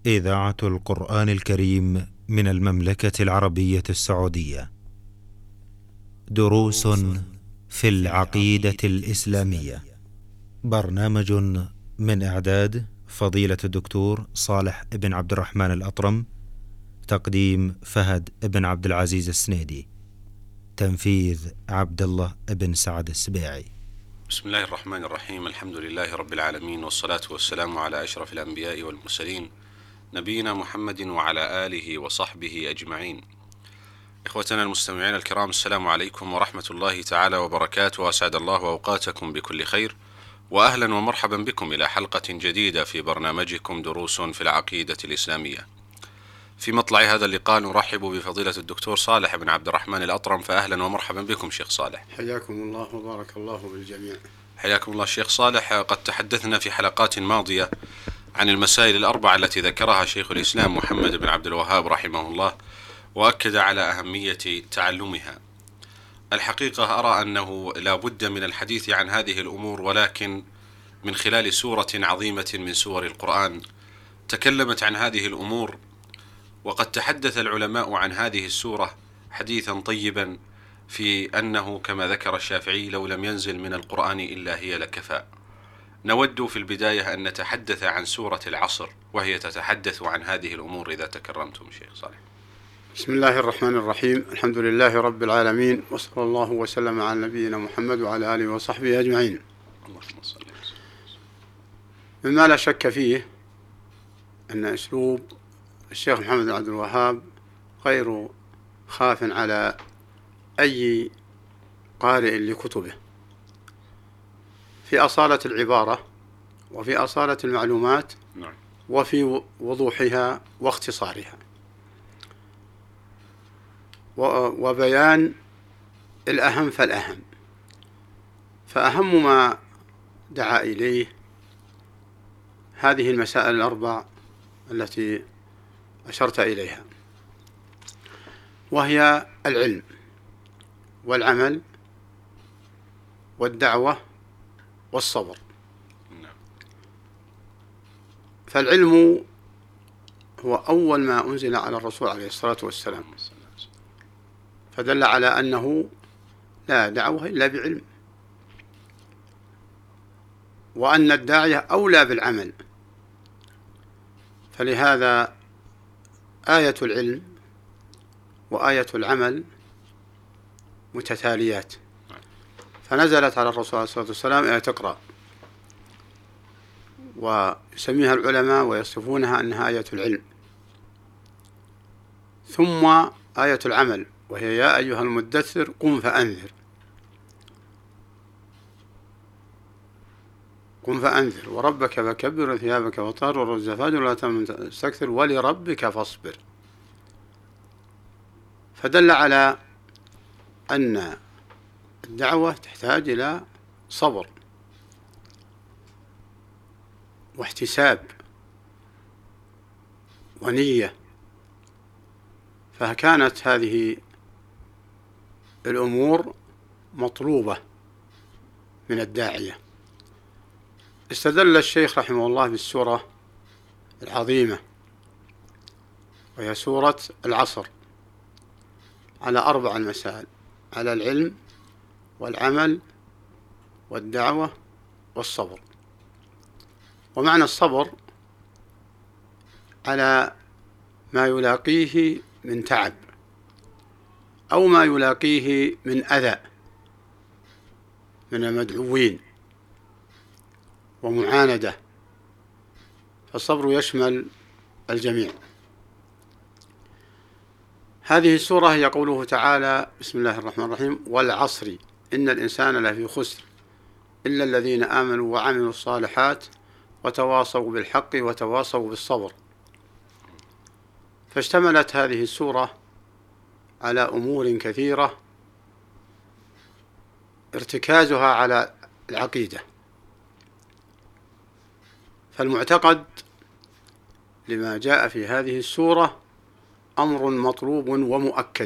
إذاعة القرآن الكريم من المملكة العربية السعودية. دروس في العقيدة الإسلامية. برنامج من إعداد فضيلة الدكتور صالح بن عبد الرحمن الأطرم. تقديم فهد بن عبد العزيز السنيدي. تنفيذ عبد الله بن سعد السبيعي. بسم الله الرحمن الرحيم. الحمد لله رب العالمين، والصلاة والسلام على أشرف الأنبياء والمرسلين، نبينا محمد وعلى آله وصحبه أجمعين. إخوتنا المستمعين الكرام، السلام عليكم ورحمة الله تعالى وبركاته، وأسعد الله أوقاتكم بكل خير، وأهلا ومرحبا بكم إلى حلقة جديدة في برنامجكم دروس في العقيدة الإسلامية. في مطلع هذا اللقاء نرحب بفضيلة الدكتور صالح بن عبد الرحمن الأطرم، فأهلا ومرحبا بكم شيخ صالح. حياكم الله وبارك الله بالجميع. حياكم الله شيخ صالح. قد تحدثنا في حلقات ماضية عن المسائل الأربعة التي ذكرها شيخ الإسلام محمد بن عبد الوهاب رحمه الله، وأكد على أهمية تعلمها. الحقيقة أرى أنه لا بد من الحديث عن هذه الأمور، ولكن من خلال سورة عظيمة من سور القرآن تكلمت عن هذه الأمور، وقد تحدث العلماء عن هذه السورة حديثا طيبا في أنه كما ذكر الشافعي: لو لم ينزل من القرآن إلا هي لكفى. نود في البداية أن نتحدث عن سورة العصر، وهي تتحدث عن هذه الأمور إذا تكرمتم شيخ صالح. بسم الله الرحمن الرحيم. الحمد لله رب العالمين، وصلى الله وسلم على نبينا محمد وعلى آله وصحبه أجمعين. اللهم صل وسلم. مما لا شك فيه أن أسلوب الشيخ محمد بن عبد الوهاب غير خاف على أي قارئ لكتبه، في أصالة العبارة، وفي أصالة المعلومات، وفي وضوحها واختصارها، وبيان الأهم فالأهم. فأهم ما دعا إليه هذه المسائل الأربع التي أشرت إليها، وهي العلم والعمل والدعوة والصبر. فالعلم هو أول ما أنزل على الرسول عليه الصلاة والسلام، فدل على أنه لا دعوة إلا بعلم، وأن الداعية أولى بالعمل. فلهذا آية العلم وآية العمل متتاليات، فنزلت على الرسول عليه الصلاة والسلام آية تقرأ، ويسميها العلماء ويصفونها أنها آية العلم، ثم آية العمل وهي يا أيها المدثر قم فأنذر، قم فأنذر وربك فكبر وثيابك فطهر والرجز فاهجر ولا تمنن تستكثر ولربك فاصبر. فدل على أن الدعوة تحتاج إلى صبر واحتساب ونية. فكانت هذه الأمور مطلوبة من الداعية. استدل الشيخ رحمه الله بالسورة العظيمة وهي سورة العصر على 4 مسائل: على العلم والعمل والدعوة والصبر. ومعنى الصبر على ما يلاقيه من تعب أو ما يلاقيه من أذى من المدعوين ومعاندة، فالصبر يشمل الجميع. هذه السورة هي قوله تعالى: بسم الله الرحمن الرحيم: والعصر إن الإنسان لفي خسر إلا الذين آمنوا وعملوا الصالحات وتواصوا بالحق وتواصوا بالصبر. فاشتملت هذه السورة على أمور كثيرة ارتكازها على العقيدة. فالمعتقد لما جاء في هذه السورة أمر مطلوب ومؤكد،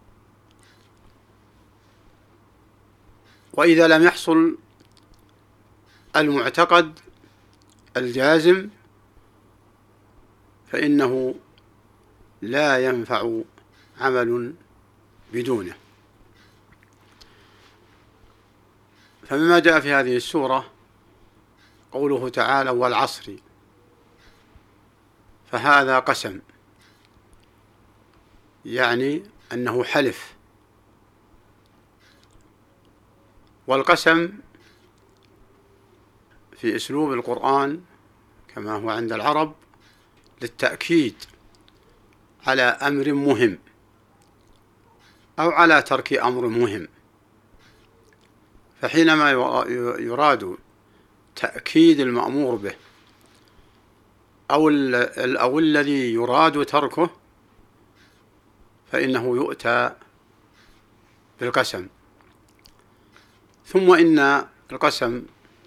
وإذا لم يحصل المعتقد الجازم فإنه لا ينفع عمل بدونه. فمما جاء في هذه السورة قوله تعالى والعصر، فهذا قسم، يعني أنه حلف. والقسم في أسلوب القرآن كما هو عند العرب للتأكيد على أمر مهم أو على ترك أمر مهم. فحينما يراد تأكيد المأمور به أو الذي يراد تركه فإنه يؤتى بالقسم. ثم إن القسم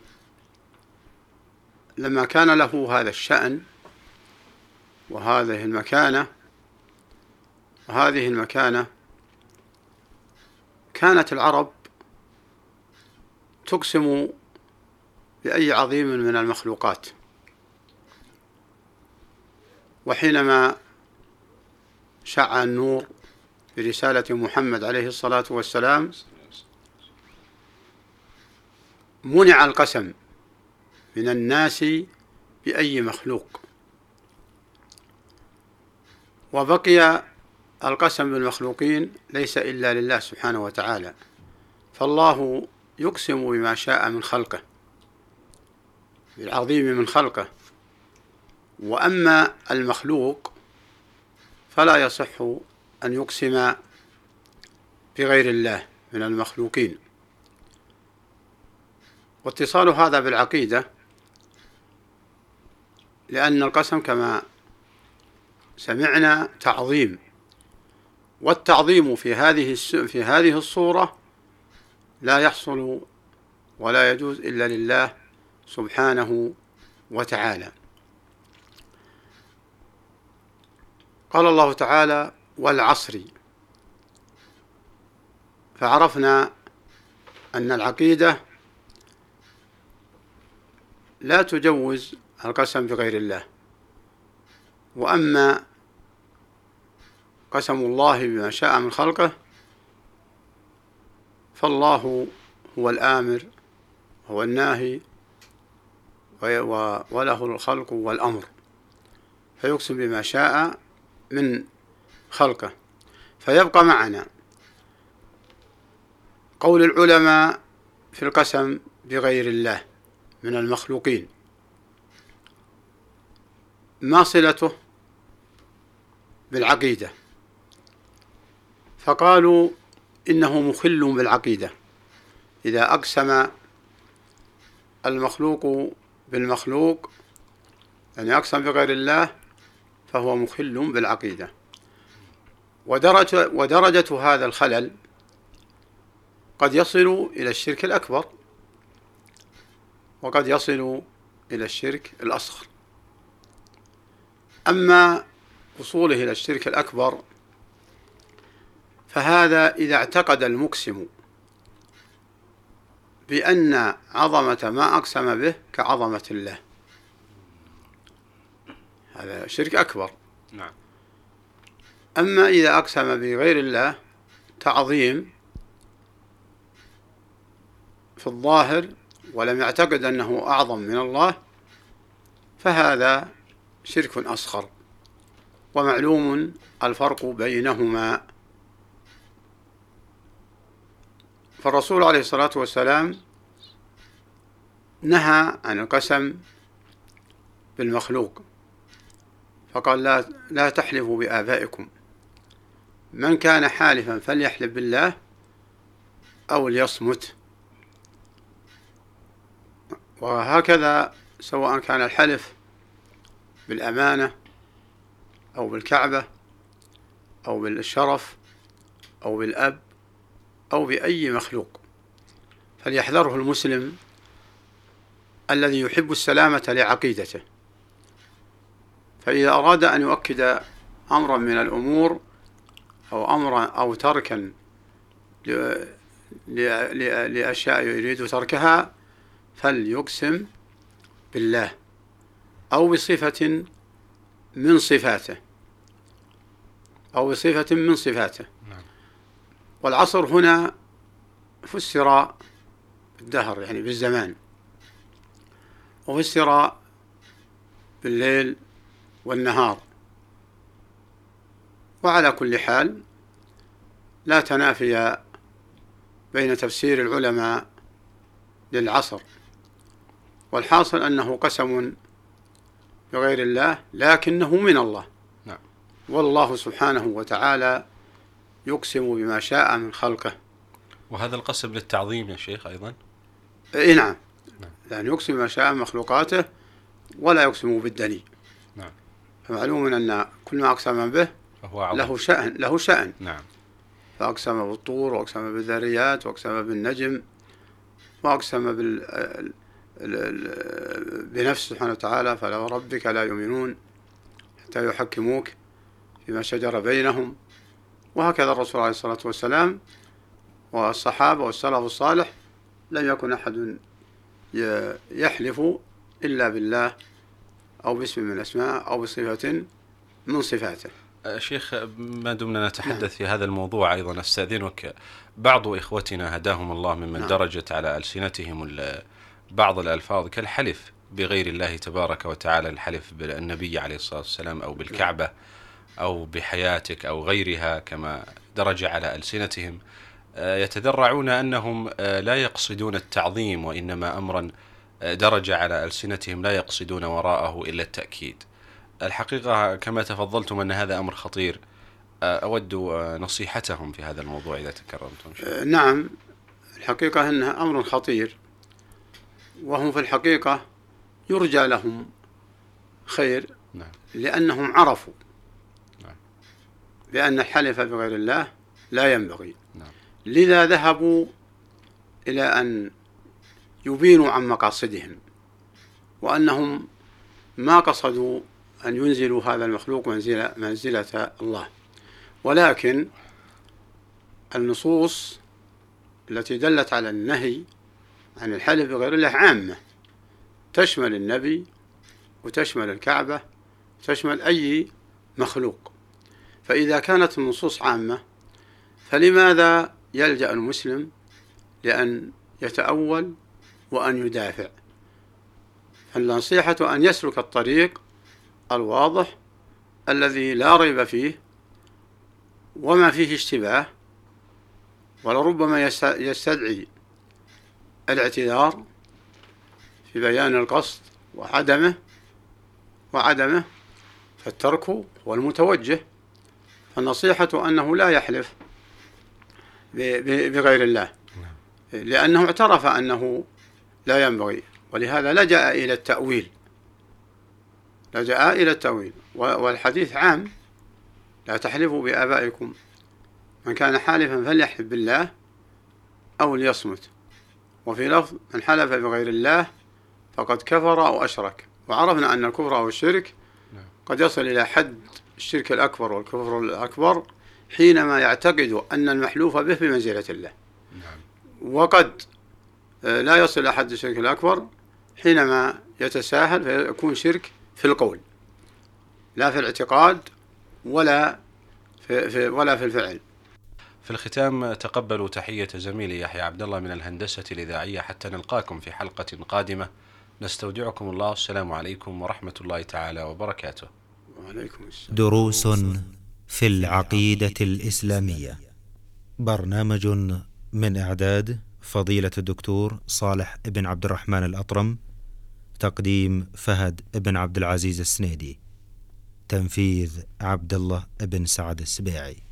لما كان له هذا الشأن وهذه المكانة كانت العرب تقسم بأي عظيم من المخلوقات. وحينما شع النور برسالة محمد عليه الصلاة والسلام منع القسم من الناس بأي مخلوق، وبقي القسم بالمخلوقين ليس إلا لله سبحانه وتعالى. فالله يقسم بما شاء من خلقه، بالعظيم من خلقه. وأما المخلوق فلا يصح أن يقسم بغير الله من المخلوقين. واتصال هذا بالعقيدة، لأن القسم كما سمعنا تعظيم، والتعظيم في هذه الصورة لا يحصل ولا يجوز إلا لله سبحانه وتعالى. قال الله تعالى والعصر، فعرفنا أن العقيدة لا تجوز القسم بغير الله. وأما قسم الله بما شاء من خلقه فالله هو الآمر هو الناهي وله الخلق والأمر، فيقسم بما شاء من خلقه. فيبقى معنا قول العلماء في القسم بغير الله من المخلوقين، ما صلته بالعقيدة؟ فقالوا إنه مخل بالعقيدة إذا أقسم المخلوق بالمخلوق، يعني أقسم بغير الله فهو مخل بالعقيدة. ودرجة هذا الخلل قد يصل إلى الشرك الأكبر وقد يصل إلى الشرك الأصغر. أما وصوله إلى الشرك الأكبر فهذا إذا اعتقد المقسم بأن عظمة ما أقسم به كعظمة الله، هذا شرك أكبر. نعم. أما إذا أقسم بغير الله تعظيم في الظاهر ولم يعتقد أنه أعظم من الله فهذا شرك أصغر، ومعلوم الفرق بينهما. فالرسول عليه الصلاة والسلام نهى عن القسم بالمخلوق، فقال لا تحلفوا بآبائكم، من كان حالفا فليحلف بالله أو ليصمت. وهكذا سواء كان الحلف بالأمانة أو بالكعبة أو بالشرف أو بالأب أو بأي مخلوق، فليحذره المسلم الذي يحب السلامة لعقيدته. فإذا أراد أن يؤكد أمرا من الأمور أو أمرا أو تركا لأشياء يريد تركها فليقسم بالله أو بصفة من صفاته أو بصفة من صفاته. والعصر هنا فسر بالدهر يعني بالزمان، وفسر بالليل والنهار. وعلى كل حال لا تنافي بين تفسير العلماء للعصر، والحاصل أنه قسم بغير الله لكنه من الله. والله سبحانه وتعالى يقسم بما شاء من خلقه. وهذا القسم للتعظيم يا شيخ أيضا؟ نعم، لأن يقسم بما شاء من مخلوقاته ولا يقسم بالدني. فمعلوم أن كل ما أقسم به له شأن. نعم. فأقسم بالطور، وأقسم بالذريات، وأقسم بالنجم، وأقسم بنفسه سبحانه وتعالى: فلا ربك لا يؤمنون حتى يحكموك فيما شجر بينهم. وهكذا الرسول عليه الصلاة والسلام والصحابة والسلف الصالح لم يكن أحد يحلف إلا بالله أو باسم من الأسماء أو بصفة من صفاته. شيخ، ما دمنا نتحدث في هذا الموضوع أيضا أستأذنك، بعض إخوتنا هداهم الله ممن درجت على ألسنتهم بعض الألفاظ كالحلف بغير الله تبارك وتعالى، الحلف بالنبي عليه الصلاة والسلام أو بالكعبة أو بحياتك أو غيرها كما درج على ألسنتهم، يتذرعون أنهم لا يقصدون التعظيم، وإنما أمرا درج على ألسنتهم لا يقصدون وراءه إلا التأكيد. الحقيقة كما تفضلتم أن هذا أمر خطير، أود نصيحتهم في هذا الموضوع إذا تكرمتم. نعم، الحقيقة أنها أمر خطير، وهم في الحقيقة يرجى لهم خير. نعم. لأنهم عرفوا. نعم. بأن الحلف بغير الله لا ينبغي. نعم. لذا ذهبوا إلى أن يبينوا عن مقاصدهم، وأنهم ما قصدوا أن ينزلوا هذا المخلوق منزلة الله، ولكن النصوص التي دلت على النهي عن الحلف بغير الله عامة، تشمل النبي وتشمل الكعبة وتشمل أي مخلوق. فإذا كانت النصوص عامة فلماذا يلجأ المسلم لأن يتأول وأن يدافع؟ فالنصيحة أن يسلك الطريق الواضح الذي لا ريب فيه وما فيه اشتباه، ولربما يستدعي الاعتذار في بيان القصد وعدمه، فالترك هو المتوجه. فالنصيحة أنه لا يحلف بغير الله، لأنه اعترف أنه لا ينبغي، ولهذا لجأ إلى التأويل. والحديث عام: لا تحلفوا بآبائكم، من كان حالفا فليحلف بالله أو ليصمت. وفي لفظ: من حلف بغير الله فقد كفر أو أشرك. وعرفنا أن الكفر أو الشرك قد يصل إلى حد الشرك الأكبر والكفر الأكبر حينما يعتقد أن المحلوف به بمنزلة الله. وقد لا يصل إلى حد الشرك الأكبر حينما يتساهل فيكون شرك في القول، لا في الاعتقاد ولا في الفعل. في الختام تقبلوا تحية زميلي يحيى عبد الله من الهندسة الإذاعية، حتى نلقاكم في حلقة قادمة. نستودعكم الله، السلام عليكم ورحمة الله تعالى وبركاته. وعليكم السلام. دروس في العقيدة الإسلامية، برنامج من إعداد فضيلة الدكتور صالح بن عبد الرحمن الأطرم، تقديم فهد بن عبد العزيز السنيدي، تنفيذ عبد الله بن سعد السبيعي.